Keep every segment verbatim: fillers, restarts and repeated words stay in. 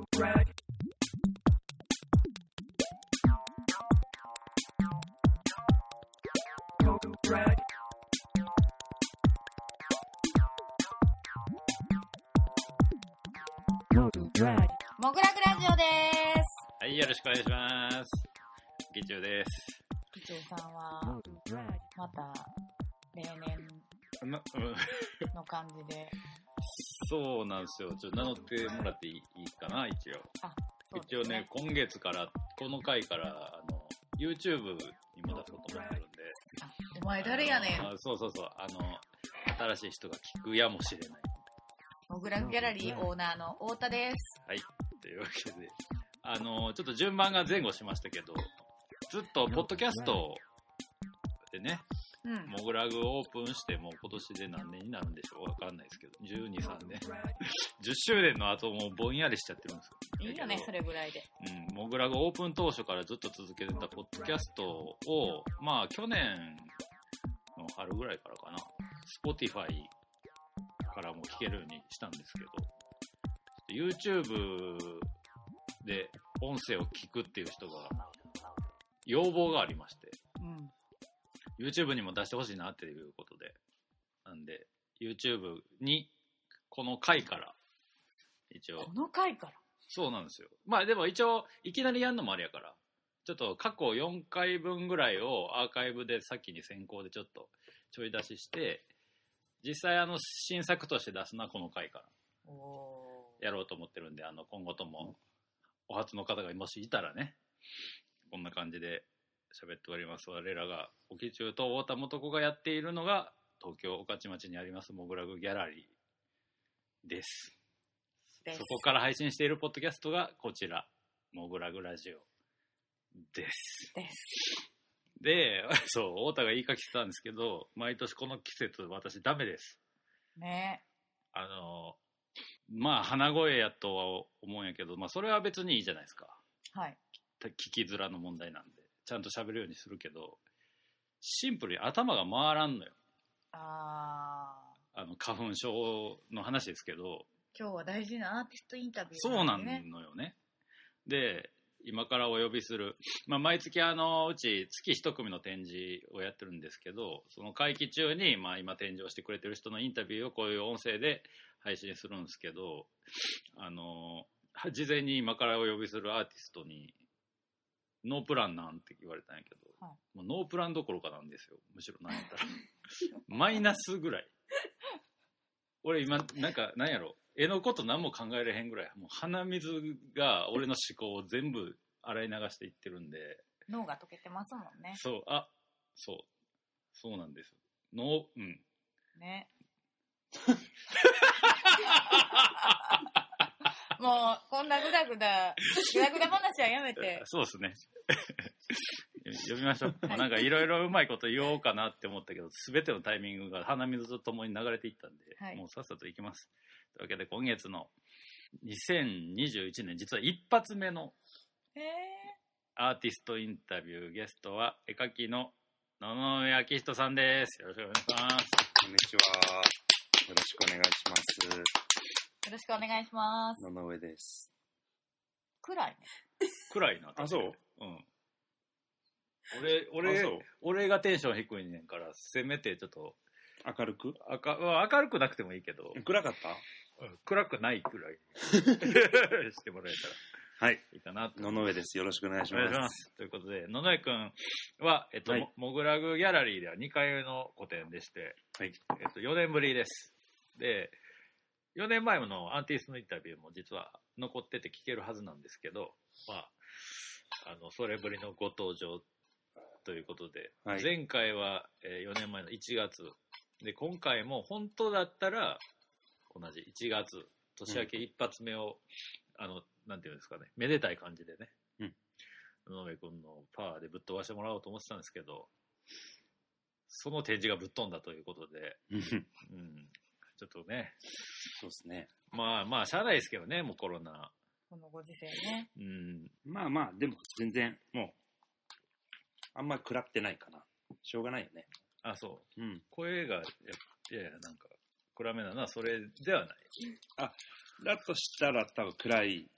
モグラグラジオです。 はい、よろしくお願いします。ギチュウです。 ギチュウさんはまた例年の感じでそうなんですよ。ちょっと名乗ってもらっていい、いいかな、一応。 あ、そうですね。 一応ね、今月から、この回から、あの、YouTube にも出そうと思ってるんで。 あ、お前誰やねん。 あ、そうそうそう。あの、新しい人が聞くやもしれない。 モグラグギャラリーオーナーの太田です。 はい。というわけで、あの、ちょっと順番が前後しましたけど、ずっとポッドキャストでね、うん、モグラグオープンしてもう今年で何年になるんでしょうわかんないですけど、じゅうに、さんねん。じゅっしゅうねんの後もうぼんやりしちゃってるんですよ。 いいよね、それぐらいで。 うん、モグラグオープン当初からずっと続けてたポッドキャストを、まあ去年の春ぐらいからかな、Spotify からも聞けるようにしたんですけど、YouTube で音声を聞くっていう人が要望がありまして、うん、YouTube にも出してほしいなっていうことで、なんで YouTube にこの回から一応この回からそうなんですよ。まあでも一応いきなりやんのもあれやから、ちょっと過去よんかいぶんぐらいをアーカイブで先に先行でちょっとちょい出しして、実際あの新作として出すのはこの回からやろうと思ってるんで、あの今後ともお初の方がもしいたらね、こんな感じで喋っております。我らが沖中と太田元子がやっているのが東京御徒町にありますモグラグギャラリーです。です。そこから配信しているポッドキャストがこちら、モグラグラジオです。 です。 で、そう、太田が言いかけてたんですけど、毎年この季節私ダメです。 ね。 あの、まあ鼻声やとは思うんやけど、まあそれは別にいいじゃないですか。 はい。 聞きづらの問題なんで、ちゃんと喋るようにするけど、シンプルに頭が回らんのよ。ああ。あの花粉症の話ですけど。 今日は大事なアーティストインタビュー、ね、 そうなのよね。で、今からお呼びする、まあ、毎月あのうち月一組の展示をやってるんですけど、その会期中に、まあ、今展示をしてくれてる人のインタビューをこういう音声で配信するんですけど、あの事前に今からお呼びするアーティストにノープランなんて言われたんやけど、はい、もうノープランどころかなんですよ。むしろなんやったらマイナスぐらい。俺今なんかなんやろ、絵のこと何も考えれへんぐらい、もう鼻水が俺の思考を全部洗い流していってるんで、 脳が溶けてますもんね。 そう、あ、そうそうなんです。脳、うんねもうこんなグダグダグダグダ話はやめてそうですね呼びましょう、はい、なんかいろいろうまいこと言おうかなって思ったけど、全てのタイミングが鼻水とともに流れていったんで、はい、もうさっさといきます。というわけで今月のにせんにじゅういちねん実は一発目のアーティストインタビュー、ゲストは絵描きの野々上明人さんです。よろしくお願いします。 こんにちは、よろしくお願いします。 よろしくお願いします。 野々上です。 暗いね。 暗いな。 あ、そう。 うん。俺、俺、俺がテンション低いねんから、せめてちょっと明るく明, 明るくなくてもいいけど。 暗かった、 うん、暗くないくらいしてもらえたら。 はい。 いいかなと。 野々上です。よろしくお願いします。お願いします。 ということで、野々上くんは、えっと、はい、モグラグギャラリーではにかいめの個展でして、はい。えっと、よねんぶりです。で、よねんまえのアーティストのインタビューも実は残ってて聞けるはずなんですけど、まあ、あの、それぶりのご登場ということで、はい、前回はよねんまえのいちがつで、今回も本当だったら同じいちがつ年明け一発目を、うん、あのなんていうんですかね、めでたい感じでね、うん、野上君のパワーでぶっ飛ばしてもらおうと思ってたんですけど、その展示がぶっ飛んだということで、うん、ちょっとね、 そうですね。 まあまあしゃあないですけどね、もうコロナこのご時世ね。 うん、まあまあでも全然もうあんまり食らってないかな。しょうがないよね。 あ、そう。うん、声がいやいやなんか暗めなのはそれではない。 あ、だとしたら多分暗い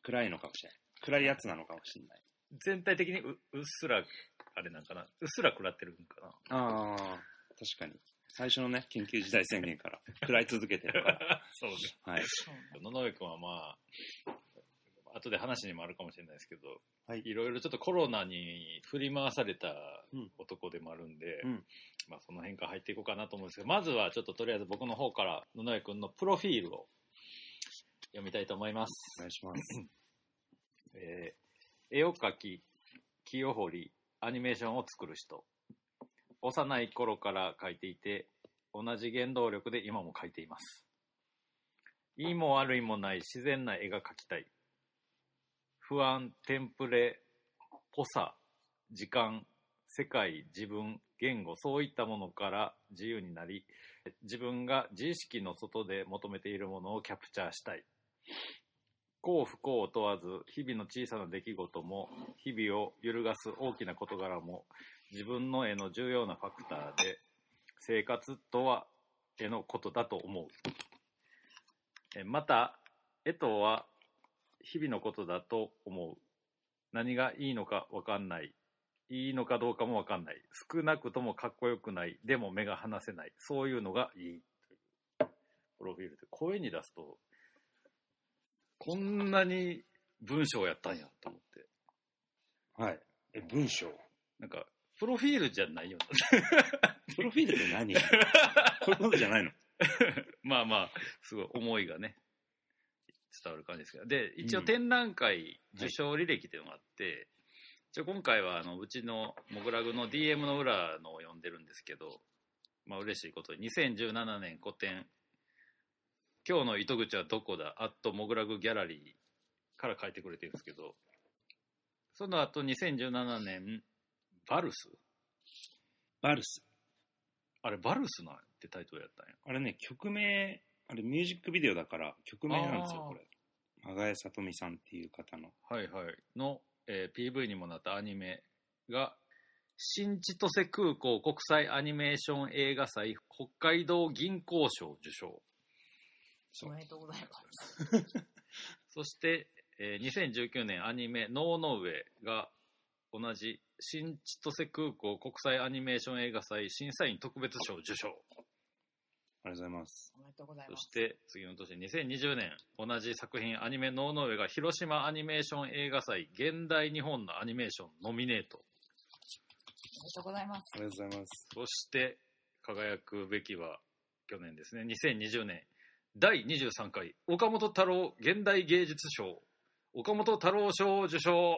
暗いのかもしれない。暗いやつなのかもしれない。 全体的に う, うっすらあれなんかな、うっすら食らってるんかな。 ああ、確かに。最初のね、緊急事態宣言から食らい続けてるから。 そうね。 はい。 野々上君はまあ、後で話にもあるかもしれないですけど、 はい、 いろいろちょっとコロナに振り回された男でもあるんで、 うん、 まあその辺から入っていこうかなと思うんですけど、まずはちょっととりあえず僕の方から野々上君のプロフィールを読みたいと思います。 お願いします。 えー、絵を描き、木を彫り、アニメーションを作る人。幼い頃から描いていて、同じ原動力で今も描いています。いいも悪いもない自然な絵が描きたい。不安、テンプレ、ぽさ、時間、世界、自分、言語、そういったものから自由になり、自分が自意識の外で求めているものをキャプチャーしたい。幸不幸を問わず、日々の小さな出来事も、日々を揺るがす大きな事柄も、自分の絵の重要なファクターで、生活とは絵のことだと思う。また、絵とは日々のことだと思う。何がいいのか分かんない。いいのかどうかも分かんない。少なくともかっこよくない。でも目が離せない。そういうのがいい。プロフィールで声に出すと、こんなに文章やったんやと思って。 はい。え、文章なんか、プロフィールじゃないよ。 プロフィールって何こういうことじゃないのまあまあ、すごい思いがね、伝わる感じですけど。で、一応展覧会受賞履歴っていうのがあって、うん、はい、一応今回はあのうちのモグラグの ディーエム の裏のを読んでるんですけど、まあ嬉しいことに、にせんじゅうななねん個展、今日の糸口はどこだ？アットモグラグギャラリーから書いてくれてるんですけど、その後にせんじゅうななねん、バルスバルス。 あれ、バルスなんてタイトルやったんや。 あれね、曲名、あれミュージックビデオだから曲名なんですよ、これ。長江さとみさんっていう方の。 はいはい。の、えー、ピーブイ にもなったアニメが、新千歳空港国際アニメーション映画祭北海道銀行賞受賞。 おめでとうございます。 そして、えー、にせんじゅうきゅうねんアニメ能の上が同じ新千歳空港国際アニメーション映画祭審査員特別賞受賞。 ありがとうございます。 おめでとうございます。 そして次の年にせんにじゅうねん同じ作品アニメ能の上が広島アニメーション映画祭現代日本のアニメーションノミネート。 おめでとうございます。 ありがとうございます。 そして輝くべきは去年ですね、にせんにじゅうねんだいにじゅうさんかい岡本太郎現代芸術賞岡本太郎賞受賞。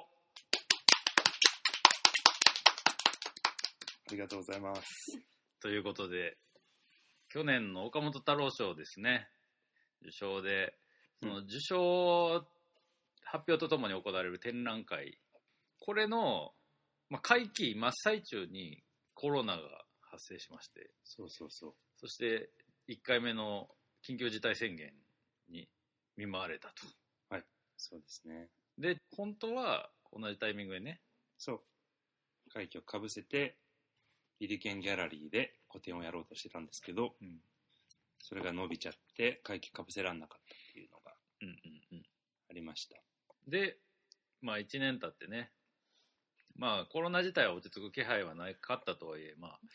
ありがとうございます。 ということで去年の岡本太郎賞ですね、受賞で、その受賞発表とともに行われる展覧会、これの、まあ、会期真っ最中にコロナが発生しまして、 そうそうそう。 そしていっかいめの緊急事態宣言に見舞われたと。 はい、そうですね。 で、本当は同じタイミングでね、 そう、会期をかぶせてイリケンギャラリーで個展をやろうとしてたんですけど、うん、それが伸びちゃって会期かぶせらんなかったっていうのがありました。 うんうんうん、で、まあいちねん経ってね、まあコロナ自体は落ち着く気配はなかったとはいえ、まあ、はい、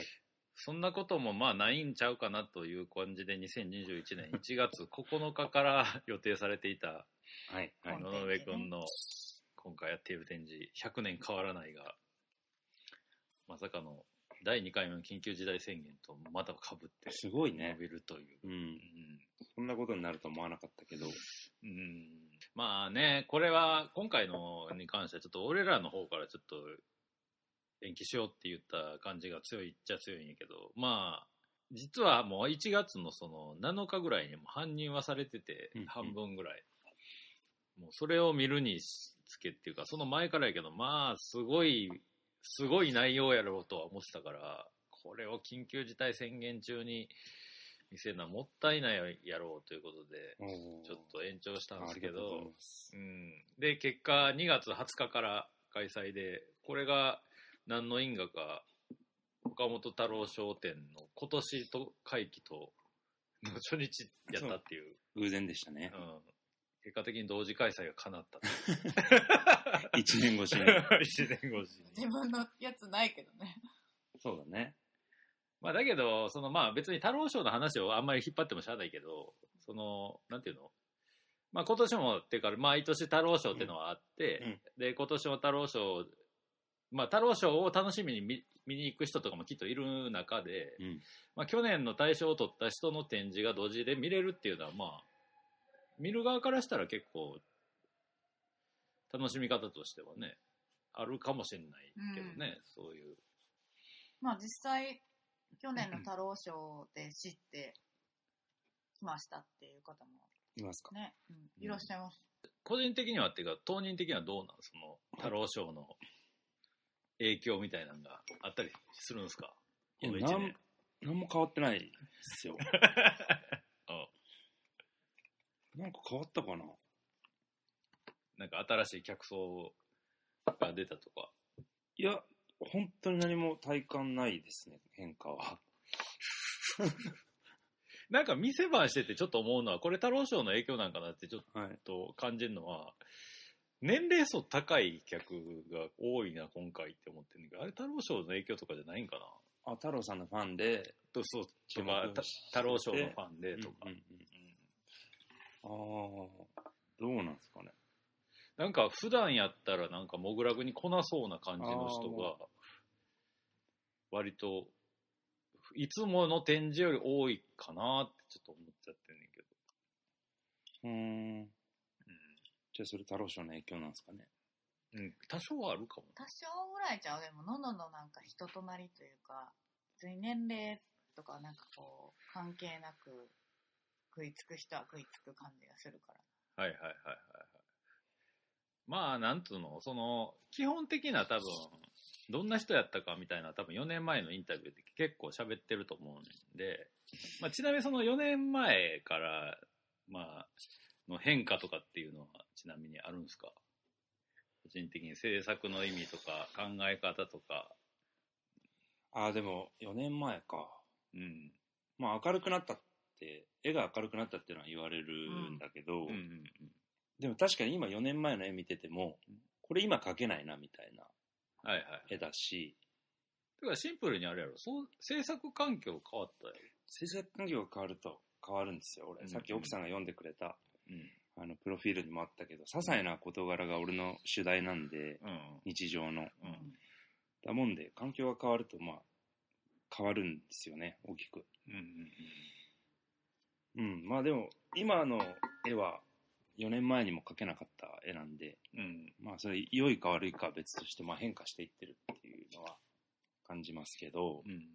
そんなこともまあないんちゃうかなという感じでにせんにじゅういちねんいちがつここのかから予定されていた、はい、野々上くんの今回やっている展示ひゃくねん変わらないが、まさかのだいにかいめの緊急事態宣言とまた被ってすごいね伸びるという、 うんうん、そんなことになると思わなかったけど、 うん、まあね、これは今回のに関してはちょっと俺らの方からちょっと延期しようって言った感じが強いっちゃ強いんやけど、まあ実はもういちがつのそのなのかぐらいにも搬入はされてて、うんうん、半分ぐらいもうそれを見るにつけっていうかその前からやけど、まあすごいすごい内容やろうとは思ってたから、これを緊急事態宣言中に見せるのはもったいないやろうということでちょっと延長したんですけど、うん、で結果にがつはつかから開催で、これが何の因果か岡本太郎商店の今年と会期との初日やったっていう、 偶然でしたね、 うん、 結果的に同時開催が叶ったいちねん越しにいちねん越しに自分のやつないけどね。 そうだね。 まあだけどそのまあ別に太郎賞の話をあんまり引っ張ってもしゃあないけど、そのなんていうの、まあ今年もっていうか毎年太郎賞っていうのはあって、うん、で今年も太郎賞、まあ太郎賞を楽しみに 見, 見に行く人とかもきっといる中で、うん、まあ去年の大賞を取った人の展示が同時で見れるっていうのはまあ見る側からしたら結構楽しみ方としてはねあるかもしれないけどね、うん、そういう。 まあ実際去年の太郎賞で知ってきましたっていう方もいますかね、うん、いらっしゃいます。 個人的にはっていうか当人的にはどうなん、その太郎賞の影響みたいなのがあったりするんですか？ このいちねん何も変わってないですよ。なんか変わったかな。 なんか新しい客層が出たとか。 いや本当に何も体感ないですね、変化は。 なんか店番しててちょっと思うのはこれ太郎賞の影響なんかなってちょっと感じるのは、はい、年齢層高い客が多いな今回って思ってるんだけど、あれ太郎賞の影響とかじゃないんかな。 あ、太郎さんのファンでとそうとか太郎賞のファンでとか、うんうんうんうん、ああどうなんですかね。 なんか普段やったらなんかモグラグに来なそうな感じの人が割といつもの展示より多いかなってちょっと思っちゃってんねんけど。 うーん、うん、じゃあそれ太郎賞の影響なんですかね。 うん、多少はあるかも。 多少ぐらいちゃう。でものののなんか人となりというか別に年齢とかなんかこう関係なく食いつく人は食いつく感じがするから。 はいはいはいはいはい。まあなんつうの、その基本的な多分どんな人やったかみたいな多分よねんまえのインタビューで結構喋ってると思うんで、まあ、ちなみにそのよねんまえからまあの変化とかっていうのはちなみにあるんですか？個人的に制作の意味とか考え方とか。 ああでもよねんまえか。 うん。 まあ明るくなったって絵が明るくなったっていうのは言われるんだけど。うんうんうんうん、でも確かに今よねんまえの絵見ててもこれ今描けないなみたいな絵だし、 はいはい、てかシンプルにあれやろ、そう制作環境変わったよ。 制作環境が変わると変わるんですよ。俺、うん、さっき奥さんが読んでくれた、うん、あのプロフィールにもあったけど些細な事柄が俺の主題なんで、うん、日常の、うん、だもんで環境が変わるとまあ変わるんですよね大きく。うんうんうん、うん、まあでも今の絵はよねんまえにも描けなかった絵なんで、うん、まあそれ良いか悪いかは別として、まあ、変化していってるっていうのは感じますけど、うんうん、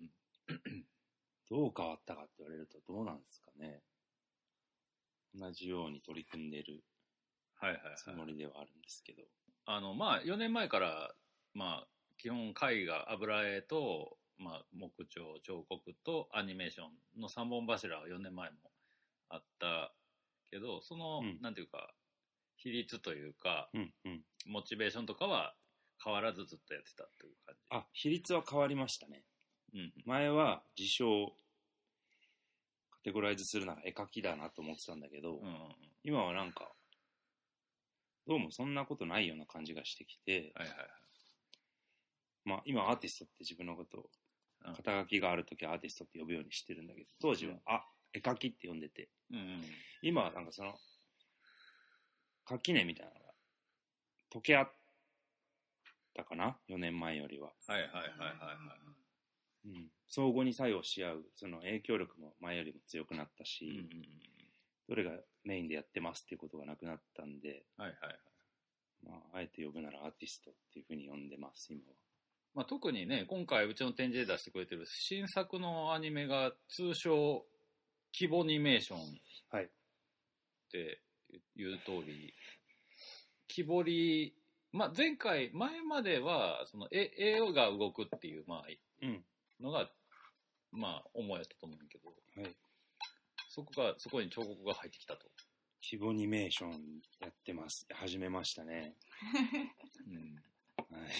どう変わったかって言われるとどうなんですかね。同じように取り組んでるつもりではあるんですけど、 はいはいはい、あのまあよねんまえからまあ基本絵画油絵と、まあ、木彫彫刻とアニメーションのさんぼん柱はよねんまえもあったけど、その、うん、なんていうか比率というか、うんうん、モチベーションとかは変わらずずっとやってたっていう感じ。 あ、比率は変わりましたね、うん、前は事象をカテゴライズするなら絵描きだなと思ってたんだけど、うんうん、今はなんかどうもそんなことないような感じがしてきて、はいはいはい、まあ今アーティストって自分のことを肩書きがあるときはアーティストって呼ぶようにしてるんだけど、当時は、うん、あ絵描きって呼んでて、うんうん、今はなんかその垣根みたいなのが溶け合ったかな、よねんまえよりは。はいはいはいはいはい、うん、相互に作用し合うその影響力も前よりも強くなったし、うんうんうん、どれがメインでやってますっていうことがなくなったんで、はいはいはい、まあ、あえて呼ぶならアーティストっていうふうに呼んでます今は。 まあ、特にね今回うちの展示で出してくれてる新作のアニメが通称キボニメーションっていう通り、木彫り、まあ、前回前まではその絵, 絵が動くっていう、まあうん、のがまあ主やったと思うんだけど、はい、そこがそこに彫刻が入ってきたと。 キボニメーションやってます。始めましたね、うんはい、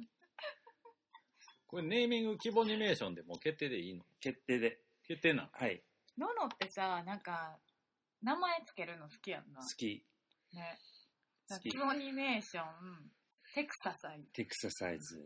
これネーミングキボニメーションでもう決定でいいの？ 決定で。 決定な。 はい。 ののってさ、なんか名前つけるの好きやんな。 好き。 ね。キモニメーション、テクササイズ。 テクササイズ。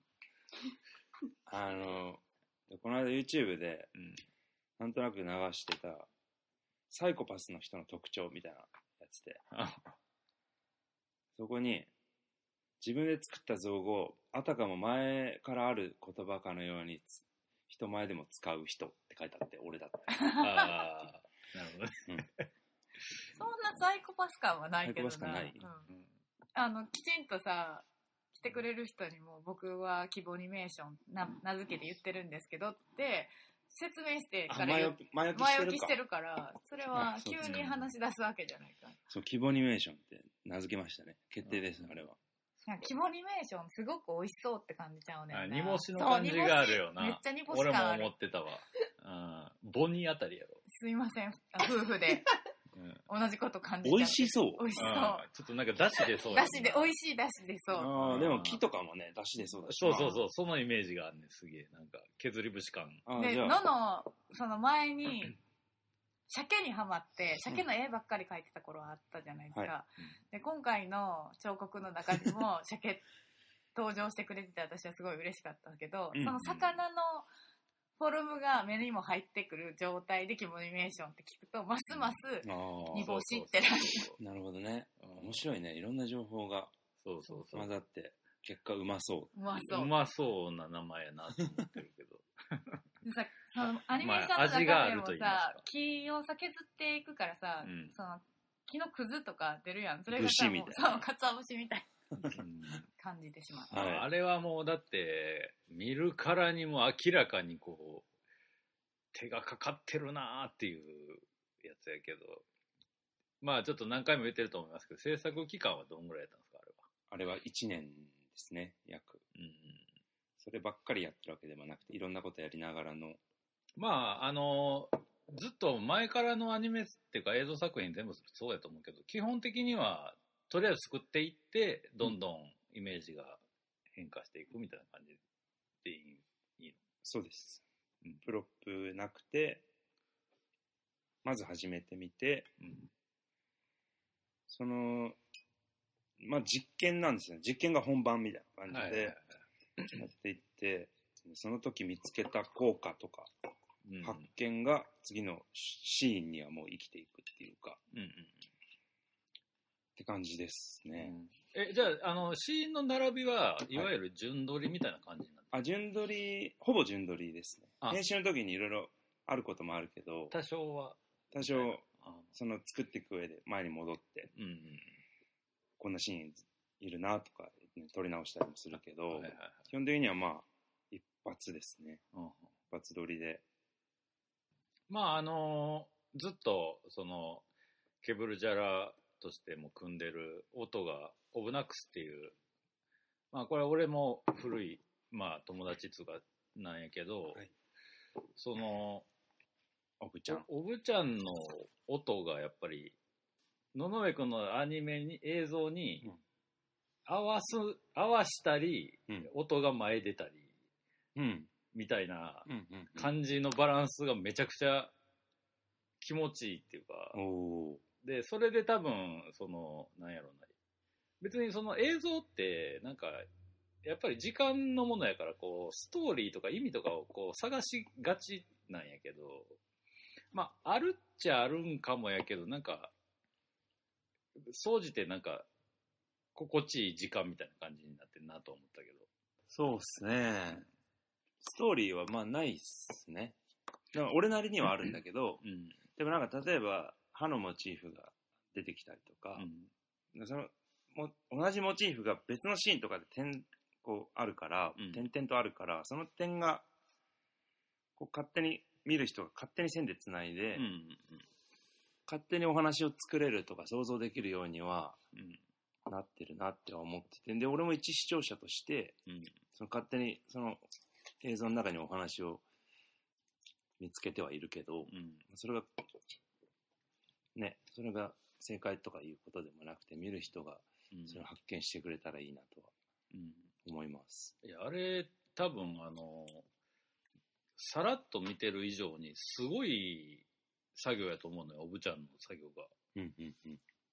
あの、この間 YouTube で、うん、なんとなく流してた、サイコパスの人の特徴みたいなやつで、そこに、自分で作った造語を、あたかも前からある言葉かのように、人前でも使う人って書いてあって、俺だって。ああ、なるほどね。うん、 そんなサイコパス感はないけどな。 サイコパス感ない、 うん、あの、きちんとさ、来てくれる人にも僕は希望ニメーションな名付けて言ってるんですけどって説明してから前置き、前置きしてるから、それは急に話し出すわけじゃないか。 そう、希望ニメーションって名付けましたね。決定です、うん、あれは。 希望ニメーションすごく美味しそうって感じちゃうねんな。 煮干しの感じがあるよな。 めっちゃ煮干し感ある。 俺も思ってたわ。うん。ボニーあたりやろ。 すいません、夫婦で。うん、同じこと感じちゃう。 美味しそう。 美味しそう。 うん、ちょっとなんか出汁出そう。 出汁で、美味しい出汁出そう。 ああ、でも木とかもね、出汁出そうだし。 そうそうそう、そのイメージがあるね、すげえ。なんか、削り節感。 で、のの、その前に、鮭にハマって、鮭の絵ばっかり描いてた頃あったじゃないですか。うんはい、で、今回の彫刻の中でも、鮭登場してくれてて私はすごい嬉しかったけど、うん、その魚の、フォルムが目にも入ってくる状態でキモニメーションって聞くとますます煮干しってなる。 なるほどね。面白いね。いろんな情報が混ざって結果うまそう。うまそう。 うまそうな名前やなと思ってるけど。 でさ、そのアニメーションの中でもさ、木をさ削っていくからさ、うん、その木のくずとか出るやん。それがさ、もうそうかつお節みたい。感じてしまった、 はい、あれはもうだって見るからにも明らかにこう手がかかってるなーっていうやつやけど、まあちょっと何回も言ってると思いますけど、制作期間はどんぐらいやったんですか？あれはあれはいちねんですね、約。うん、そればっかりやってるわけでもなくて、いろんなことやりながらの、 まああのずっと前からのアニメっていうか映像作品全部そうやと思うけど、基本的にはとりあえず作っていってどんどんイメージが変化していくみたいな感じでいいの？ そうです、うん、プロップなくてまず始めてみて、うん、そのまあ実験なんですよ。実験が本番みたいな感じでやっていって、その時見つけた効果とか、うん、発見が次のシーンにはもう生きていくっていうか、うんうん、って感じですね。 うん、え、じゃあ、あの、シーンの並びはいわゆる順撮りみたいな感じになってる、 はい、あ、順撮り、ほぼ順撮りですね。編集の時にいろいろあることもあるけど、 多少は。 多少、その作っていく上で前に戻って、うんうん、こんなシーンいるなとか、ね、撮り直したりもするけど、はいはいはい、基本的にはまあ、一発ですね。うん、一発撮りで。 まあ、あのー、ずっと、その、ケブルジャラとしても組んでる音がオブナックスっていう、まあこれ俺も古い、まあ友達つうかなんやけど、はい、そのオブちゃんオブちゃんの音がやっぱり野々上くんのアニメに映像に合わす合わしたり、うん、音が前出たり、うん、みたいな感じのバランスがめちゃくちゃ気持ちいいっていうか、おで、それで多分、その、なんやろうな。別にその映像って、なんか、やっぱり時間のものやから、こう、ストーリーとか意味とかをこう探しがちなんやけど、まあ、あるっちゃあるんかもやけど、なんか、総じてなんか、心地いい時間みたいな感じになってるなと思ったけど。 そうっすね。ストーリーはまあないっすね。でも俺なりにはあるんだけど、うん、でもなんか例えば、歯のモチーフが出てきたりとか、うん、そのも同じモチーフが別のシーンとかで点こうあるから、うん、点々とあるから、その点がこう勝手に見る人が勝手に線でつないで、うんうんうん、勝手にお話を作れるとか想像できるようには、うん、なってるなって思ってて、で俺も一視聴者として、うん、その勝手にその映像の中にお話を見つけてはいるけど、うん、それがね、それが正解とかいうことでもなくて、見る人がそれを発見してくれたらいいなとは思います。 うん、いや、あれ多分あのさらっと見てる以上にすごい作業やと思うのよ、おぶちゃんの作業が。うんうんうん、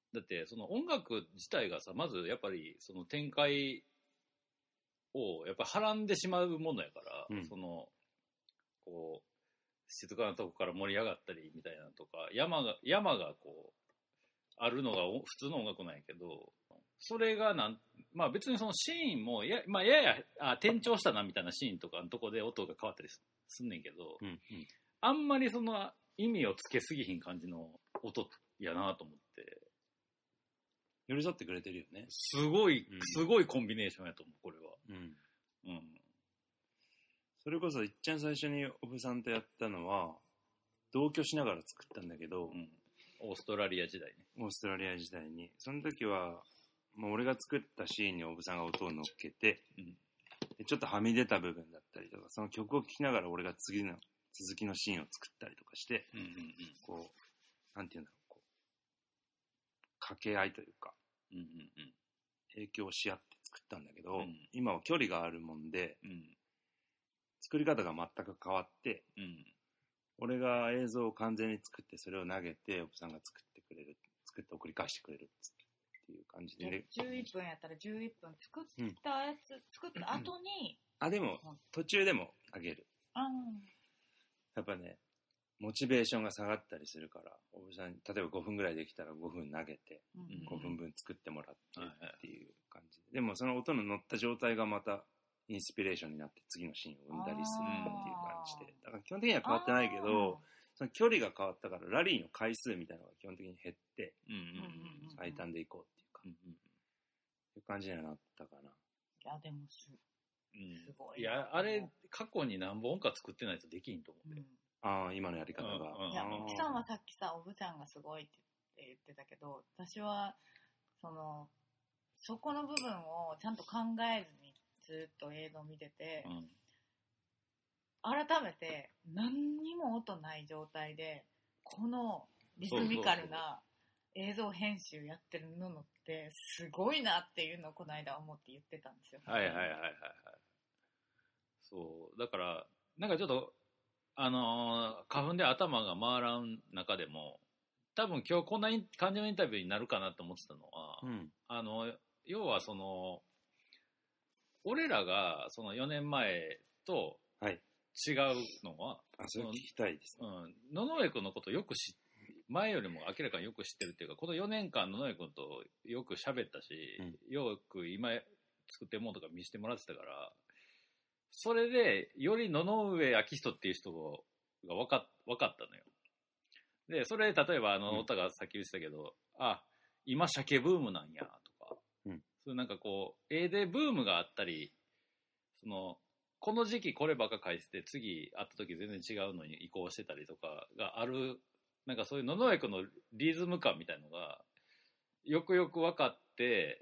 だってその音楽自体がさ、まずやっぱりその展開をやっぱりはらんでしまうものやから、うん、そのこう静かなとこから盛り上がったりみたいなとか、山が山がこうあるのが普通の音楽なんやけど、それがなんまあ別にそのシーンもや、まあ、ややあ転調したなみたいなシーンとかのとこで音が変わったりすんねんけど、うんうん、あんまりその意味をつけすぎひん感じの音やなと思って。 寄り添ってくれてるよね。 すごい、すごいコンビネーションやと思う、これは。うん。うん。 それこそ、いっちゃん最初にオフさんとやったのは、同居しながら作ったんだけど、うん、 オーストラリア時代ね。 オーストラリア時代に。その時は、もう俺が作ったシーンにオフさんが音を乗っけて、うん、でちょっとはみ出た部分だったりとか、その曲を聴きながら俺が次の続きのシーンを作ったりとかして、うんうんうん、こう、なんていうんだろう、こう、掛け合いというか、うんうんうん、影響し合って作ったんだけど、うん、今は距離があるもんで、うん、作り方が全く変わって、うん、俺が映像を完全に作ってそれを投げてオプさんが作ってくれる、作って送り返してくれるっていう感じで、ね、 じゅういっぷんやったらじゅういっぷん作ったやつ、うん、作った後に、 うん、あでも途中でもあげる。あやっぱねモチベーションが下がったりするから、おぶさんに例えばごふんぐらいできたらごふん投げて、うん、ごふんぶん作ってもらってっていう感じで、でもその音の乗った状態がまたインスピレーションになって次のシーンを生んだりするっていう感じで、だから基本的には変わってないけど、その距離が変わったからラリーの回数みたいなのが基本的に減って、最短でいこうっていうか、うんうん、いう感じにはなったかな。いやでもす、 うん、すごい。いやあれ過去に何本か作ってないとできんと思う、うんああ、今のやり方が。 いや、奥さんはさっきさ、おぶちゃんがすごいって言ってたけど、私は、その、そこの部分をちゃんと考えずにずっと映像を見てて、うん、改めて何にも音ない状態で、このリズミカルな映像編集やってるのってすごいなっていうのをこの間思って言ってたんですよ。 はいはいはいはいはい。そう、だから、なんかちょっと、あのー、花粉で頭が回らん中でも多分今日こんな感じのインタビューになるかなと思ってたのは、うん、あの要はその俺らがそのよねんまえと違うのは、 はい、あそれ聞きたいですね、 うん、野々江君のことをよく知前よりも明らかによく知ってるっていうか、このよねんかん野々江君とよく喋ったし、うん、よく今作ってるものとか見せてもらってたから、それでより野々上昭人っていう人が分か、分かったのよ。でそれ例えばあの太田がさっき言ってたけど、うん、あ今鮭ブームなんやとか、うん、そういうなんかこう絵でブームがあったり、そのこの時期こればっか書いてて次会った時全然違うのに移行してたりとかがある、なんかそういう野々江君のリズム感みたいのがよくよく分かって、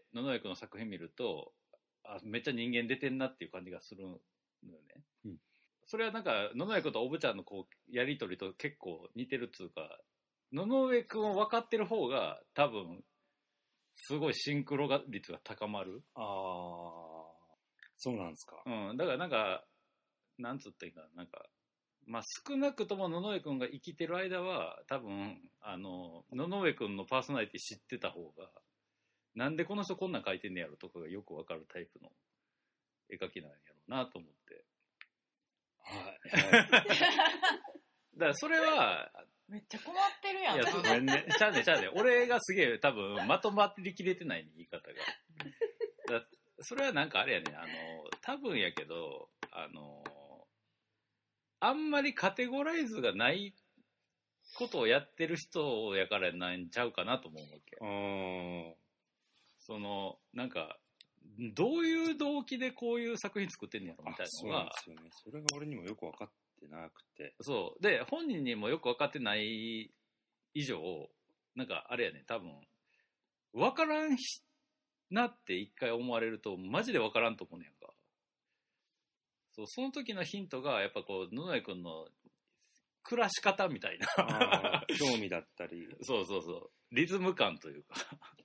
野々江君の作品見るとあめっちゃ人間出てんなっていう感じがするのよね、うん、それはなんか野々江君とおぶちゃんのこうやり取りと結構似てるっつうか、野々江君を分かってる方が多分すごいシンクロ率が高まる。 ああそうなんですか。 うん、だからなんかなんつっていいかな、なんかまあ少なくとも野々江君が生きてる間は多分あの野々江君のパーソナリティ知ってた方が、なんでこの人こんなん描いてんねやろとかがよく分かるタイプの絵描きなんやろうなと思って。はい。だからそれはめっちゃ困ってるやん。いやごめんね。ちゃうねちゃうね。俺がすげえ多分まとまりきれてないね言い方が。だそれはなんかあれやね、あの多分やけどあのあんまりカテゴライズがないことをやってる人やからなんちゃうかなと思うわけ。うん。そのなんかどういう動機でこういう作品作ってんねやろみたいなのが、 そうなんですよね。それが俺にもよく分かってなくて。 そうで本人にもよく分かってない以上、なんかあれやね、多分分からんなって一回思われるとマジで分からんと思うねやんか。そうその時のヒントがやっぱこう野々江君の暮らし方みたいな興味だったりそうそうそうリズム感というか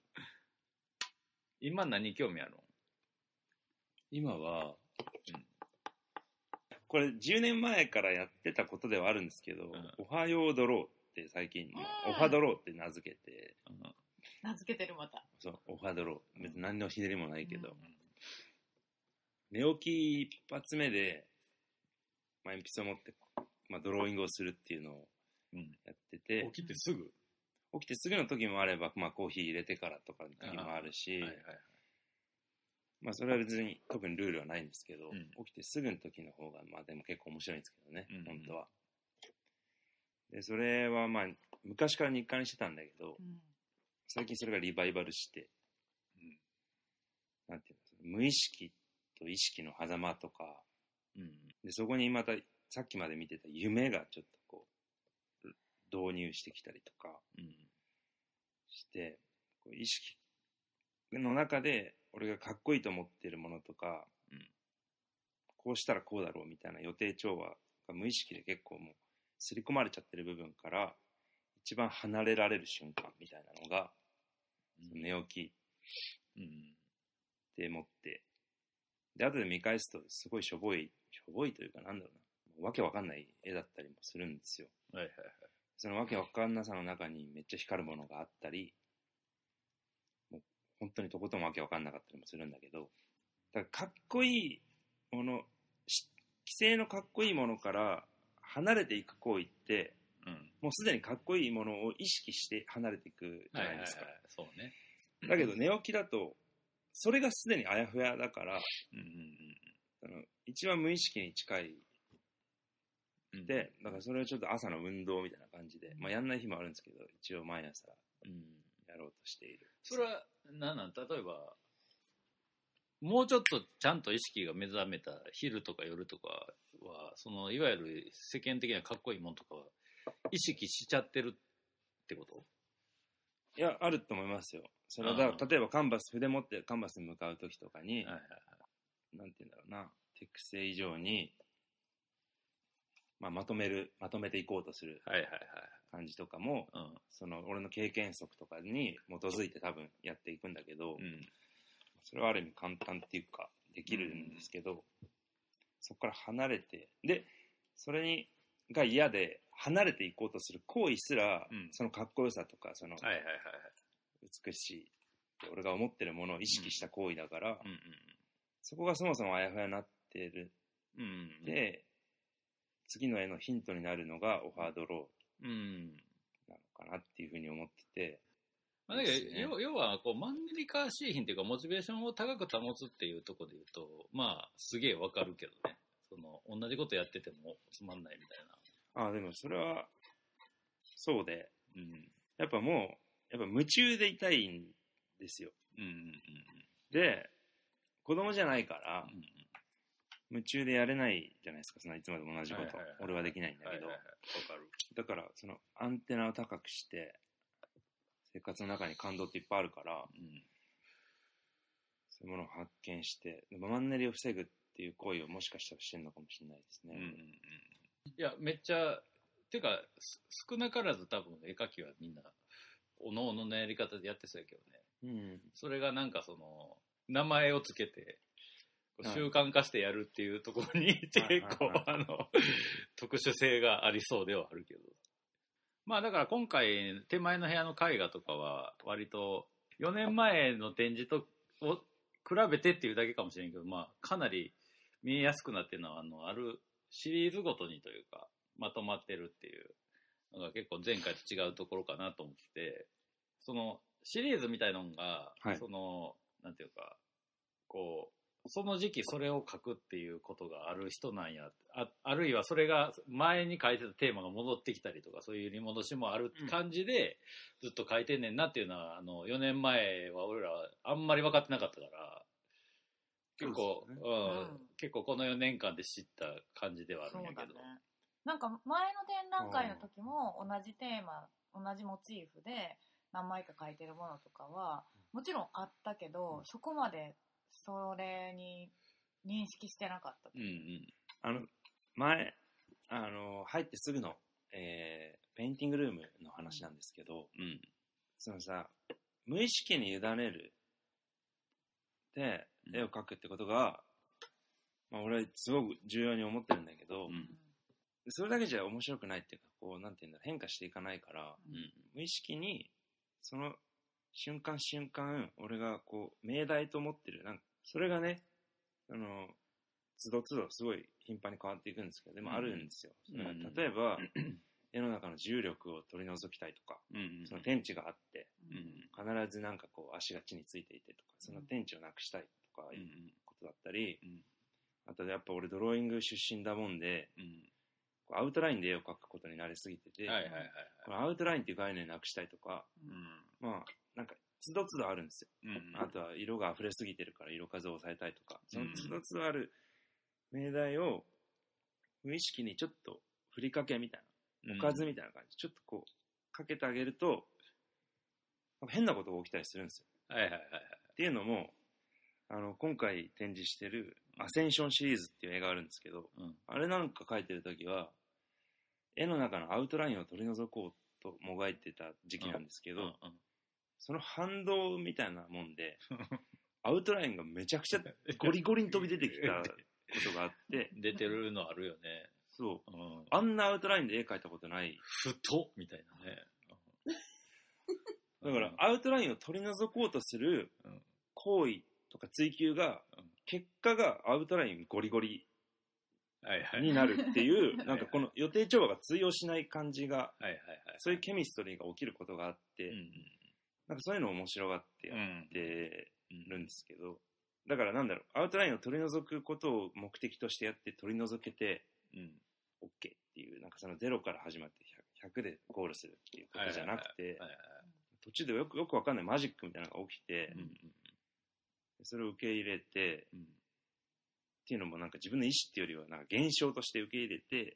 今何興味あるの？ 今は、うん、これじゅうねんまえからやってたことではあるんですけど、うん、おはようドローって最近、おはドローって名付けて、 名付けてるまた。 そう、オファードロー。別に何のひねりもないけど。 うん、 寝起き一発目で、まあ、鉛筆を持って、まあ、ドローイングをするっていうのをやってて、 うん、起きてすぐ起きてすぐの時もあれば、まあ、コーヒー入れてからとかの時もあるし、はいはいはい、まあ、それは別に特にルールはないんですけど、うん、起きてすぐの時の方が、まあ、でも結構面白いんですけどね、うんうん、本当は。で、それはまあ、昔から日課にしてたんだけど、うん、最近それがリバイバルして、うん、なんていうの、無意識と意識の狭間とか、うん、でそこにまたさっきまで見てた夢がちょっとこう導入してきたりとかして、こう意識の中で俺がかっこいいと思ってるものとか、うん、こうしたらこうだろうみたいな予定調和が無意識で結構もう刷り込まれちゃってる部分から一番離れられる瞬間みたいなのが、うん、寝起きでもって、で後で見返すとすごいしょぼいしょぼいというかなんだろうな、わけわかんない絵だったりもするんですよ。はいはいはい。そのわけわかんなさの中にめっちゃ光るものがあったり、もう本当にとことんわけわかんなかったりもするんだけど、だからかっこいいもの、既成のかっこいいものから離れていく行為って、うん、もうすでにかっこいいものを意識して離れていくじゃないですか。はいはいはい、そうね。だけど寝起きだとそれがすでにあやふやだから、うんうんうん、あの一番無意識に近いで、だからそれをちょっと朝の運動みたいな感じで、まあ、やんない日もあるんですけど、一応毎朝やろうとしている。 それは何なん？例えばもうちょっとちゃんと意識が目覚めた昼とか夜とかは、そのいわゆる世間的なかっこいいものとかは意識しちゃってるってこと？ いや、あると思いますよ。それはだから例えばカンバス、筆持ってカンバスに向かう時とかに、はいはいはい、なんて言うんだろうな、適正以上に、まあ、まとめる、まとめていこうとする感じとかも、はいはいはい、うん、その俺の経験則とかに基づいて多分やっていくんだけど、うん、それはある意味簡単っていうかできるんですけど、うん、そこから離れて、でそれにが嫌で離れていこうとする行為すら、うん、そのかっこよさとかその、はいはいはい、美しいって俺が思ってるものを意識した行為だから、うんうんうん、そこがそもそもあやふやになってる、うんうん、で次の絵のヒントになるのがオファードローなのかなっていうふうに思ってて、 まあ、だけど要はこうマンネリ化しひんっていうかモチベーションを高く保つっていうところで言うと、まあすげえわかるけどね、その同じことやっててもつまんないみたいな。ああ、でもそれはそうで、うん、やっぱもうやっぱ夢中でいたいんですよ、うんうんうん、で子供じゃないから、うんうん、夢中でやれないじゃないですか、そのいつまでも同じこと、はいはいはい、俺はできないんだけど、はいはいはい、わかる。だからそのアンテナを高くして生活の中に感動っていっぱいあるから、うん、そういうものを発見してマンネリを防ぐっていう行為をもしかしたらしてるのかもしれないですね、うんうんうん、 いやめっちゃてか少なからず多分絵描きはみんなおのおののやり方でやってそうやけどね、うん、それがなんかその名前をつけて習慣化してやるっていうところに結構あの特殊性がありそうではあるけど、まあだから今回手前の部屋の絵画とかは割とよねんまえの展示とを比べてっていうだけかもしれんけど、まあかなり見えやすくなってるのはあのあるシリーズごとにというかまとまってるっていうのが結構前回と違うところかなと思ってて、そのシリーズみたいなのが、はい、そのなんていうかこうその時期それを書くっていうことがある人なんや、 あ, あるいはそれが前に書いてたテーマが戻ってきたりとかそういうリ戻しもある感じでずっと書いてんねんなっていうのは、あのよねんまえは俺らはあんまり分かってなかったから結構、ね、うんうん、結構このよねんかんで知った感じではあるんやけど、 ね、なんか前の展覧会の時も同じテーマ同じモチーフで何枚か書いてるものとかはもちろんあったけど、うん、そこまでそれに認識してなかった。うんうん、 あの前あの入ってすぐの、えー、ペインティングルームの話なんですけど、うん、そのさ無意識に委ねるで絵を描くってことが、まあ、俺はすごく重要に思ってるんだけど、うん、それだけじゃ面白くないっていうかこうなんていうんだ変化していかないから、うん、無意識にその瞬間瞬間俺がこう命題と思ってるなんかそれがねあのつどつどすごい頻繁に変わっていくんですけどでもあるんですよ、うん、それが例えば、うん、絵の中の重力を取り除きたいとか、うん、その天地があって、うん、必ずなんかこう足が地についていてとかその天地をなくしたいとかいうことだったり、うん、あとやっぱ俺ドローイング出身だもんで、うん、アウトラインで絵を描くことに慣れすぎてて、はいはいはいはい、このアウトラインっていう概念なくしたいとか、うん、まあなんかつどつどあるんですよ、うん、あとは色が溢れすぎてるから色数を抑えたいとかそのつどつどある命題を無意識にちょっと振りかけみたいなおかずみたいな感じ、うん、ちょっとこうかけてあげると変なことが起きたりするんですよ、はいはいはいはい、っていうのもあの今回展示してるアセンションシリーズっていう絵があるんですけど、うん、あれなんか描いてる時は絵の中のアウトラインを取り除こうともがいてた時期なんですけど、うんうんうん、その反動みたいなもんでアウトラインがめちゃくちゃゴリゴリに飛び出てきたことがあって出てるのあるよね。 そう、うん、あんなアウトラインで絵描いたことないふとみたいなねだからアウトラインを取り除こうとする行為とか追求が結果がアウトラインゴリゴリになるっていうなんかこの予定調和が通用しない感じがそういうケミストリーが起きることがあってなんかそういうのを面白がってやってるんですけどだからなんだろうアウトラインを取り除くことを目的としてやって取り除けて OK っていうなんかそのゼロから始まってひゃくでゴールするっていうことじゃなくて途中でよくよくわかんないマジックみたいなのが起きてそれを受け入れてっていうのもなんか自分の意思っていうよりはなんか現象として受け入れて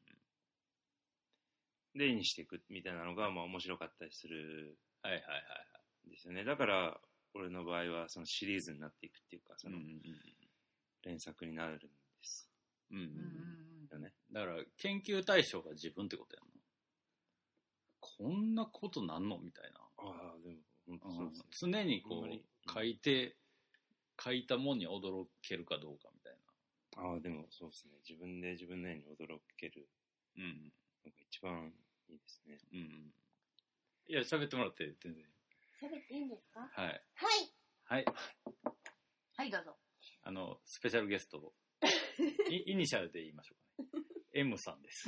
で絵にしていくみたいなのがまあ面白かったりするんですよね。だから俺の場合はそのシリーズになっていくっていうかその連作になるんです、うんうんうんね、だから研究対象が自分ってことやんのこんなことなんのみたいなあでも本当そうですね、うん、常にこう書いて書いたもんに驚けるかどうかみたいなあでもそうですね自分で自分の絵に驚ける、うん、なんか一番いいですね、うん、 いや喋ってもらって全然喋っていいんですかはいはいはいはいどうぞあのスペシャルゲストイ, イニシャルで言いましょうかねM さんです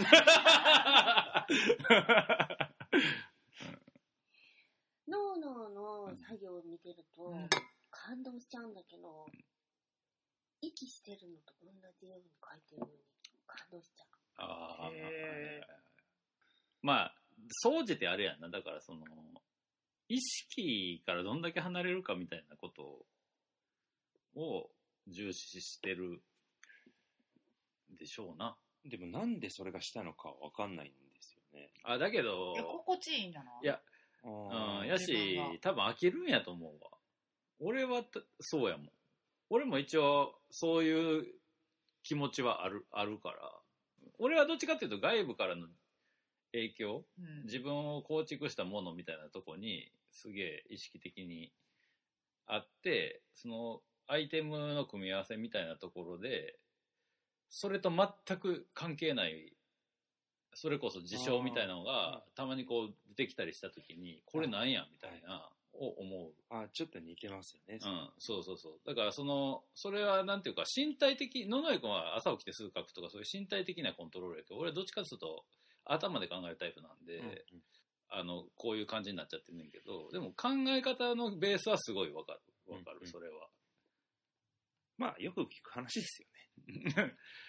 ノーノーの作業を見てると、うん、感動しちゃうんだけど、うん、息してるのと同じように描いてるのに感動しちゃうあへまあ総じてあれやんなだからその意識からどんだけ離れるかみたいなことを重視してるでしょうな。 でもなんでそれがしたのかわかんないんですよね。 あだけどいや心地いいんじゃないいやうんやし多分飽きるんやと思うわ。俺はそうやもん。俺も一応そういう気持ちはあるあるから俺はどっちかっていうと外部からの影響、うん、自分を構築したものみたいなとこにすげえ意識的にあってそのアイテムの組み合わせみたいなところでそれと全く関係ないそれこそ事象みたいなのがたまにこう出てきたりした時にこれなんやみたいなを思うあちょっと似てますよね、 うん、そうそうそうだからそのそれはなんていうか身体的野々井君は朝起きてすぐ書くとかそういう身体的なコントロールやけど俺はどっちかというと頭で考えるタイプなんで、うんうん、あのこういう感じになっちゃってるんだけどでも考え方のベースはすごいわかるわかる、うんうん、それはまあよく聞く話ですよね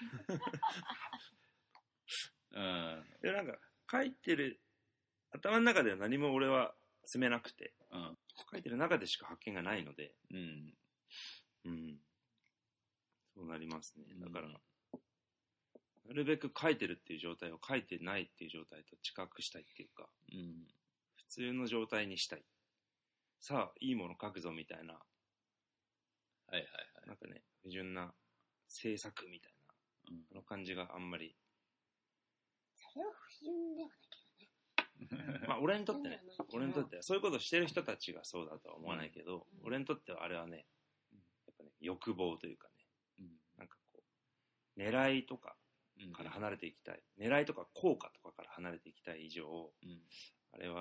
うん、でなんか書いてる頭の中では何も俺は詰めなくて、うん、書いてる中でしか発見がないので、うんうん、そうなりますね。だから、うん、なるべく書いてるっていう状態を書いてないっていう状態と近くしたいっていうか、うん、普通の状態にしたい。さあいいもの書くぞみたいな、はいはいはい、なんかね不純な制作みたいな、うん、あの感じがあんまりそれは不純ではないけどね。 まあ俺にとってね、俺にとってはそういうことをしてる人たちがそうだとは思わないけど、うん、俺にとってはあれはね、やっぱね欲望というかね、うん、なんかこう狙いとかから離れていきたい、うん、狙いとか効果とかから離れていきたい以上、うん、あれは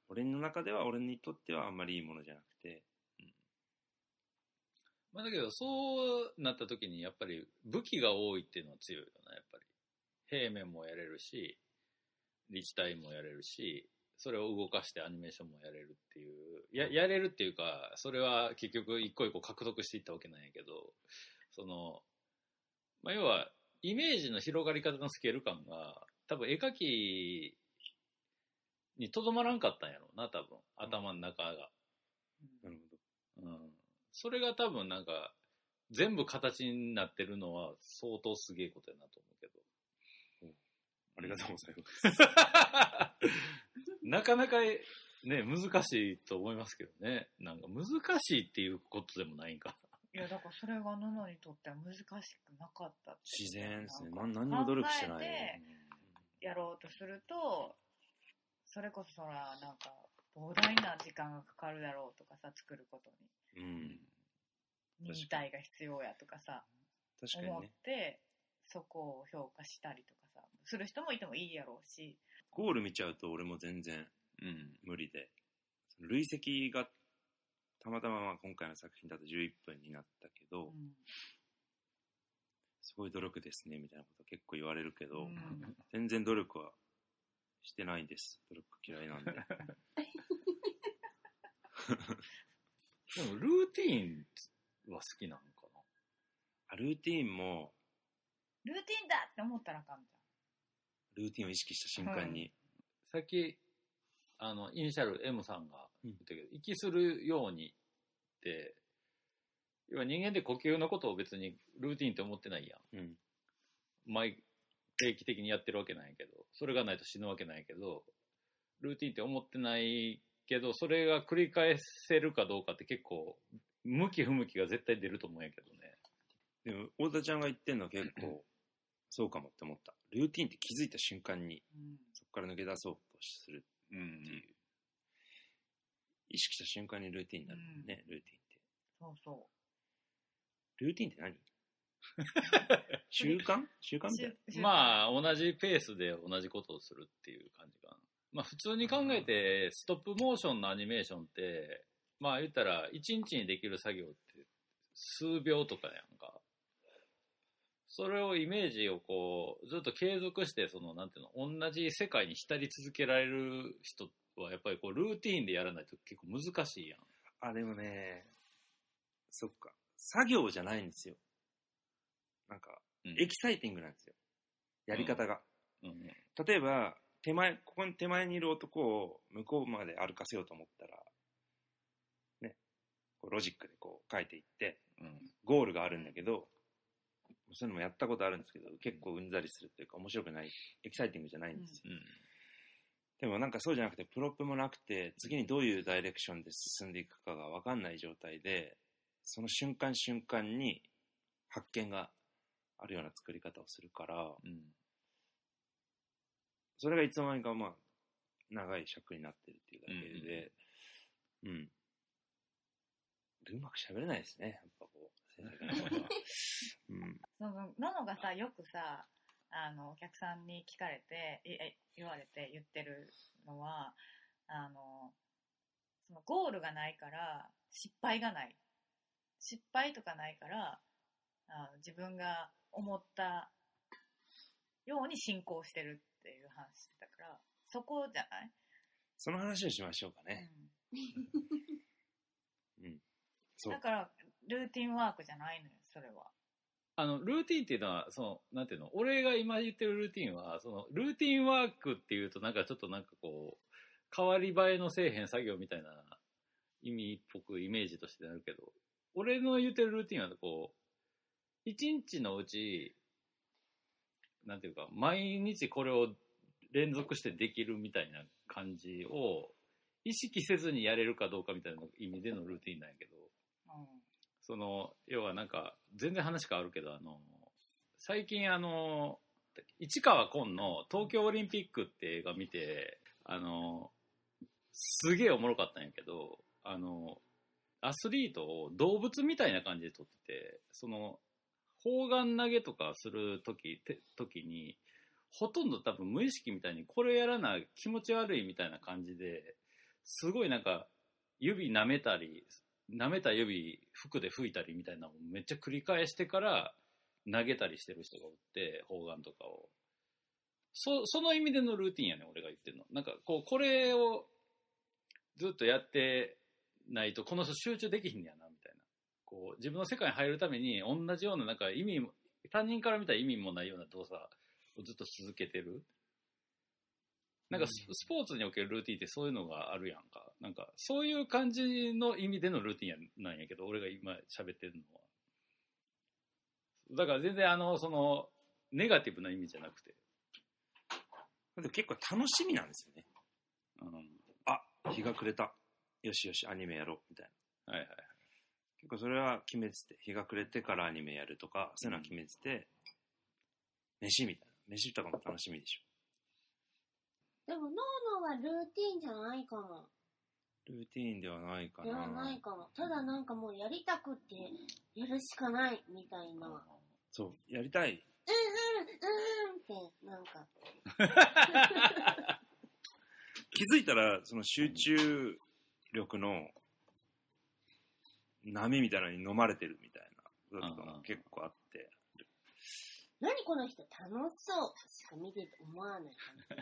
俺の中では俺にとってはあんまりいいものじゃなくて、うん、 まあだけどそうなった時にやっぱり武器が多いっていうのは強いよな。やっぱり平面もやれるし立体もやれるし、それを動かしてアニメーションもやれるっていう、や、やれるっていうか、それは結局一個一個獲得していったわけなんやけど、その、まあ、要は、イメージの広がり方のスケール感が、多分絵描きにとどまらんかったんやろうな、多分、頭の中が。 なるほど。 うん。それが多分なんか、全部形になってるのは相当すげえことやなと思うけど。 ありがとうございます。 なかなかね、難しいと思いますけどね。なんか難しいっていうことでもないんか。 いや、だからそれがノノにとっては難しくなかったって。 自然ですね。何にも努力してない。 考えてやろうとすると、それこそそら、なんか、膨大な時間がかかるだろうとかさ、作ることに。うん。忍耐が必要やとかさ、 確かにね、 思って、そこを評価したりとかさ、する人もいてもいいやろうし。 ゴール見ちゃうと俺も全然無理で、うん、累積がたまたままあ今回の作品だとじゅういっぷんになったけど、うん、すごい努力ですねみたいなこと結構言われるけど、うん、全然努力はしてないんです。努力嫌いなんで。でもルーティーンは好きなのかな。 あ、ルーティーンもルーティーンだって思ったらあかんじゃん。 ルーティンを意識した瞬間に、 うん、さっきあのイニシャル M さんが言ったけど、うん、息するようにって要は人間って呼吸のことを別にルーティンって思ってないやん、うん、毎定期的にやってるわけないけど、それがないと死ぬわけないけど、ルーティンって思ってないけど、それが繰り返せるかどうかって結構向き不向きが絶対出ると思うんやけどね。 でも太田ちゃんが言ってんのは結構そうかもって思った。ルーティンって気づいた瞬間に、うん、そこから抜け出そうとするっていう、うん、意識した瞬間にルーティンになるもんね、うん、ルーティンって。 そうそう。 ルーティンって何？習慣？習慣みたいな。まあ同じペースで同じことをするっていう感じかな。まあ普通に考えてストップモーションのアニメーションってまあ言ったらいちにちにできる作業って数秒とかやんか。それをイメージをこうずっと継続してそのなんていうの同じ世界に浸り続けられる人はやっぱりこうルーティーンでやらないと結構難しいやん。 あ、でもね、そっか、作業じゃないんですよ。なんか、うん、エキサイティングなんですよ、やり方が、うんうん、例えば手前ここに手前にいる男を向こうまで歩かせようと思ったらね、こうロジックでこう書いていって、うん、ゴールがあるんだけど、そういうのもやったことあるんですけど結構うんざりするというか面白くない、エキサイティングじゃないんですよ、うん、でもなんかそうじゃなくてプロップもなくて次にどういうダイレクションで進んでいくかが分かんない状態でその瞬間瞬間に発見があるような作り方をするから、うん、それがいつの間にかまあ長い尺になってるっていうだけで、うん、うん、うまく喋れないですね、やっぱこううん、そのノノがさよくさあのお客さんに聞かれて言われて言ってるのはあのそのゴールがないから失敗がない、失敗とかないからあの自分が思ったように進行してるっていう話してたから、そこじゃない？ その話をしましょうかね、 うんうん、そうだからルーティンワークじゃないのよ、それは。 あのルーティンっていうのはそのなんていうの、俺が今言ってるルーティンはそのルーティンワークっていうとなんかちょっとなんかこう変わり映えのせえへん作業みたいな意味っぽくイメージとしてなるけど、俺の言ってるルーティンはこう一日のうちなんていうか毎日これを連続してできるみたいな感じを意識せずにやれるかどうかみたいな意味でのルーティンなんやけど、うん、その要はなんか全然話変わるけど、あの最近あの市川崑の東京オリンピックって映画見て、あのすげえおもろかったんやけど、あのアスリートを動物みたいな感じで撮ってて、その砲丸投げとかする時時にほとんど多分無意識みたいにこれやらな気持ち悪いみたいな感じですごいなんか指舐めたり舐めた指服で拭いたりみたいなのをめっちゃ繰り返してから投げたりしてる人がおって砲丸とかを そ, その意味でのルーティンやね俺が言ってるの。なんかこうこれをずっとやってないとこの人集中できひんやなみたいな、こう自分の世界に入るために同じようななんか意味他人から見たら意味もないような動作をずっと続けてる。なんかスポーツにおけるルーティンってそういうのがあるやんか。なんかそういう感じの意味でのルーティンやなんやけど、俺が今喋ってるのは。だから全然あのそのネガティブな意味じゃなくて。 でも結構楽しみなんですよね。うん、あ、日が暮れた。よしよしアニメやろうみたいな。はいはいはい。結構それは決めてて、日が暮れてからアニメやるとかそういうのは決めてて、飯みたいな飯とかも楽しみでしょ。 でもノーノーはルーティンじゃないかも。 ルーティンではないかな。 ではないかも。ただなんかもうやりたくってやるしかないみたいな。 そう、やりたい。 うんうんうんってなんか。 気づいたらその集中力の波みたいなのに飲まれてるみたいなことが結構あって。 何この人楽しそうしか見てて思わないか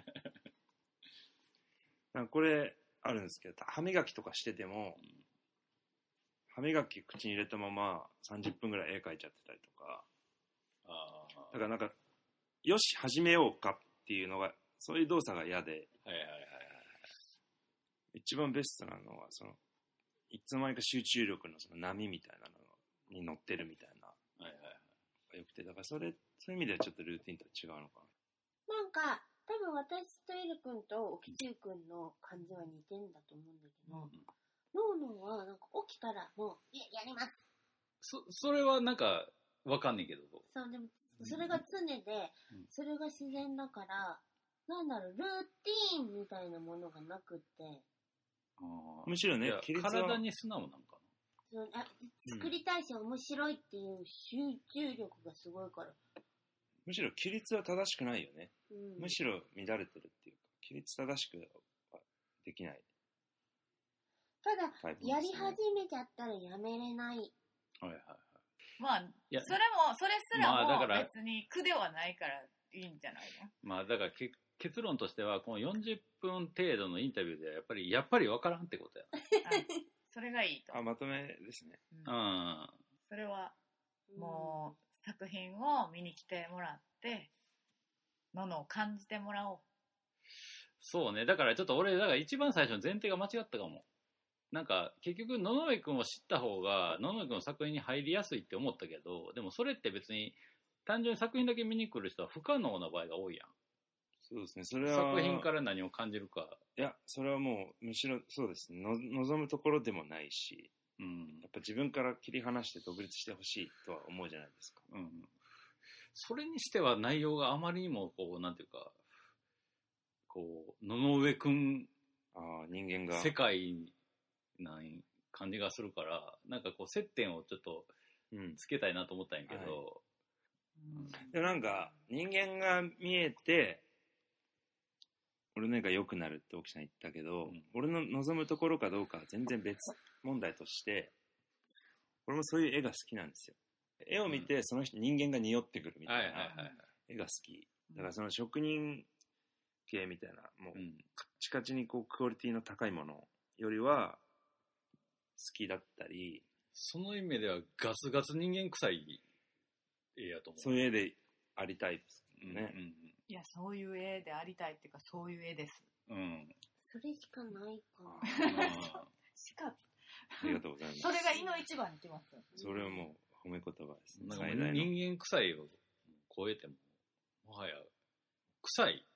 な。これあるんですけど、歯磨きとかしてても、歯磨き口に入れたままさんじゅっぷんぐらい絵描いちゃってたりとか、あだからなんかよし始めようかっていうのがそういう動作が嫌で、はいはいはいはい、一番ベストなのはそのいつの間にか集中力のその波みたいなのに乗ってるみたいな、はいはいはい、よくて、だからそれそういう意味ではちょっとルーティンとは違うのかな。なんか多分私とイル君とオキチュウ君の感じは似てんだと思うんだけど、うん、ノーノーはなんか起きたらもう や, やりますそそれはなんかわかんねえけど、 そうでもそれが常で、うん、それが自然だから、なんだろうルーティーンみたいなものがなくって、 あむしろね体に素直なんかな。そうあ作りたいし面白いっていう集中力がすごいから。 むしろ規律は正しくないよね、うん、むしろ乱れてるっていうか規律正しくはできない。 ただ、ね、やり始めちゃったらやめれない。はいはいはい。 まあそれもそれすらも別に苦ではないからいいんじゃないの。 まあだからけ結論としてはこのよんじゅっぷん程度のインタビューではやっぱりやっぱり分からんってことや。 それがいいと。 あまとめですね。 うん。うん、それはもう。うん作品を見に来てもらってののを感じてもらおう。 そうね。だからちょっと俺だから一番最初の前提が間違ったかも。なんか結局野々上くんを知った方が野々上くんの作品に入りやすいって思ったけど、でもそれって別に単純に作品だけ見に来る人は不可能な場合が多いやん。 そうですね。それは作品から何を感じるか。 いやそれはもうむしろそうですね。の望むところでもないし。うん、やっぱ自分から切り離して独立してほしいとは思うじゃないですか、うん、 それにしては内容があまりにもこうなんていうかこう野々上くんあ人間が世界な感じがするからなんかこう接点をちょっとつけたいなと思ったんやけど、うんはいうん、でなんか人間が見えて俺の絵が良くなるって沖さん言ったけど、うん、俺の望むところかどうかは全然別問題として俺もそういう絵が好きなんですよ。絵を見てその人人間が匂ってくるみたいな絵が好きだからその職人系みたいなもうカチカチにこうクオリティの高いものよりは好きだったり、 その意味ではガツガツ人間臭い絵やと思う。 そういう絵でありたいですね、うんうんうん、 いやそういう絵でありたいっていうかそういう絵です、うん、 それしかないかしかありがとうございます。 それが胃の一番にきます。 それはもう褒め言葉ですね。 なんか人間臭いを超えてももはや臭い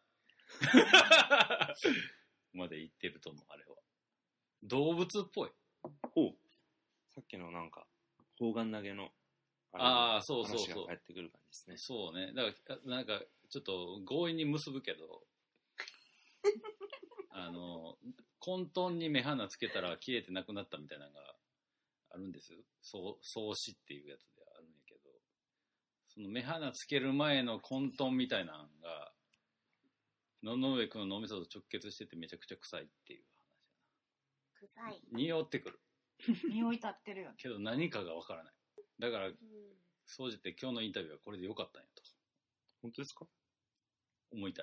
まで言ってると思う。あれは動物っぽい。 おさっきのなんか砲丸投げのああそうそうそう話が返ってくる感じですね。 そうね。だからなんかちょっと強引に結ぶけどあの混沌に目鼻つけたら消えてなくなったみたいなのがあるんです。そう創始っていうやつであるんやけど、その目鼻つける前の混沌みたいなのが野々上くんの脳みそと直結しててめちゃくちゃ臭いっていう臭い。 匂ってくる。 匂い立ってるよね。 けど何かがわからない。だから、総じて今日のインタビューはこれでよかったんやと。 本当ですか？ 思いたい。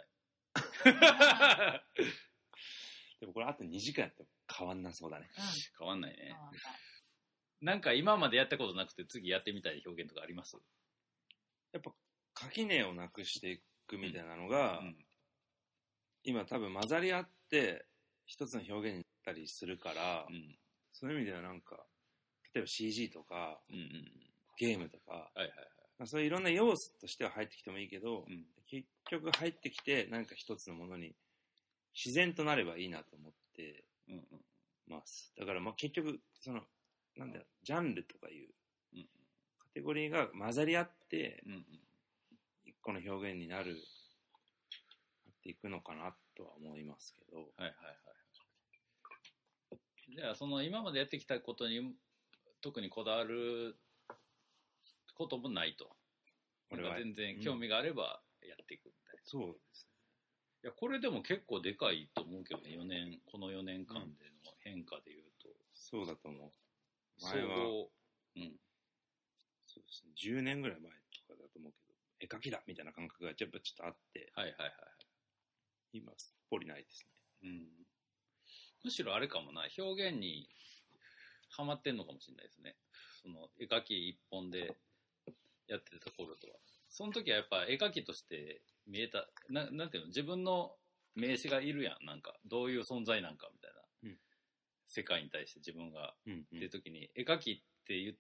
でもこれあとにじかんやっても変わんなそうだね。 うん、変わんないね。なんか今までやったことなくて次やってみたい表現とかあります？ やっぱ垣根をなくしていくみたいなのが、うんうん、今多分混ざり合って一つの表現になったりするから、うん、そういう意味ではなんか例えば シージー とか、うんうん、ゲームとか、はいはいはい、まあ、そういういろんな要素としては入ってきてもいいけど、うん、結局入ってきて何か一つのものに自然となればいいなと思ってます。だからまあ結局そのなんだろうジャンルとかいうカテゴリーが混ざり合って一個の表現になるなっていくのかなとは思いますけど。はいはいはい。じゃあその今までやってきたことに特にこだわることもないと。なんか全然興味があればやっていくみたいな。 そうですね。 いやこれでも結構でかいと思うけどね。よねんこのよねんかんでの変化でいうと、うん、 そうだと思う。前は、うん、そうですね。じゅうねんぐらい前とかだと思うけど、絵描きだみたいな感覚がやっぱちょっとあって、はいはいはい。今すっぽりないですね。うん。 むしろあれかもな、表現にハマってんのかもしれないですね。その絵描き一本でやってた頃とは。その時はやっぱ絵描きとして見えた、な、なんていうの、自分の名刺がいるやん、なんか、どういう存在なんかみたいな。うん、世界に対して自分が、うんうん、っていう時に、絵描きって言って、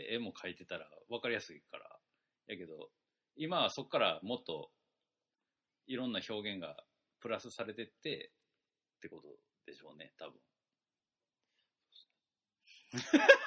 絵も描いてたら分かりやすいから。やけど、今はそこからもっと、いろんな表現がプラスされてって、ってことでしょうね、多分。 ちっ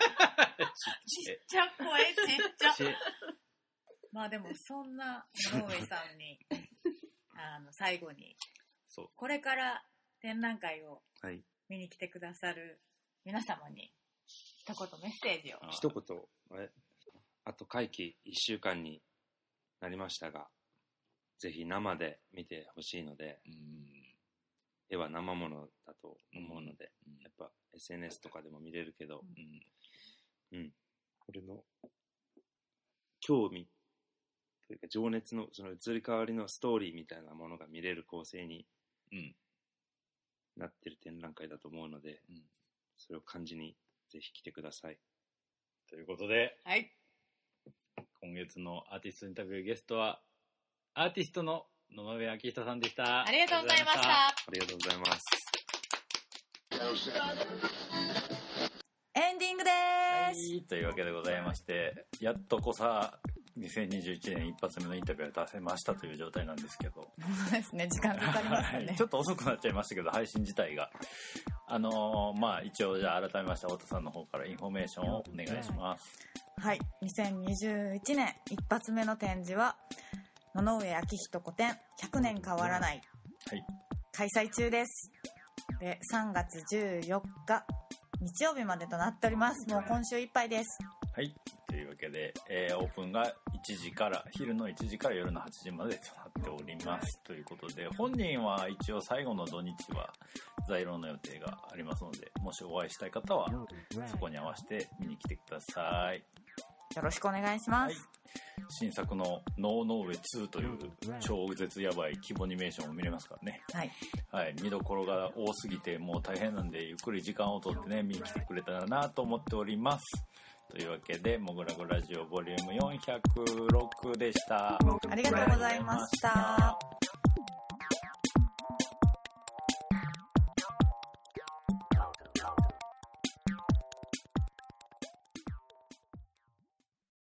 ちゃ声ちっちゃ。まあでもそんな野上さんにあの最後にそうこれから展覧会を見に来てくださる皆様に一言メッセージを。 一言あれあと会期いっしゅうかんになりましたが、ぜひ生で見てほしいので、うん、絵は生ものだと思うので、うん、やっぱ エスエヌエス とかでも見れるけど、うん、うん、これの興味というか情熱のその移り変わりのストーリーみたいなものが見れる構成になってる展覧会だと思うので、うん、それを感じにぜひ来てください。 ということで、 はい、 今月のアーティストインタビューゲストはアーティストの野々上昭仁さんでした。 ありがとうございました。 ありがとうございます。 エンディングです、はい、 というわけでございまして、やっとこさにせんにじゅういちねん一発目のインタビューが出せましたという状態なんですけどそうですね、時間かかりますね、はい、 ちょっと遅くなっちゃいましたけど、配信自体があのー、まあ一応じゃあ改めまして太田さんの方からインフォメーションをお願いします。 はい、にせんにじゅういちねん一発目の展示は野々上昭仁個展ひゃくねん変わらない、はい、開催中です。でさんがつじゅうよっか日曜日までとなっております。もう今週いっぱいです。 はい、というわけで、えー、オープンがいちじから昼のいちじから夜のはちじまでとなっておりますということで、本人は一応最後の土日は在廊の予定がありますので、もしお会いしたい方はそこに合わせて見に来てください。 よろしくお願いします。はい、 新作のノーノーウェツーという超絶やばい規模アニメーションを見れますからね。はい、はい、見どころが多すぎてもう大変なんで、ゆっくり時間をとってね見に来てくれたらなと思っております。というわけでもぐらぐラジオボリュームよんひゃくろくでした。 ありがとうございました。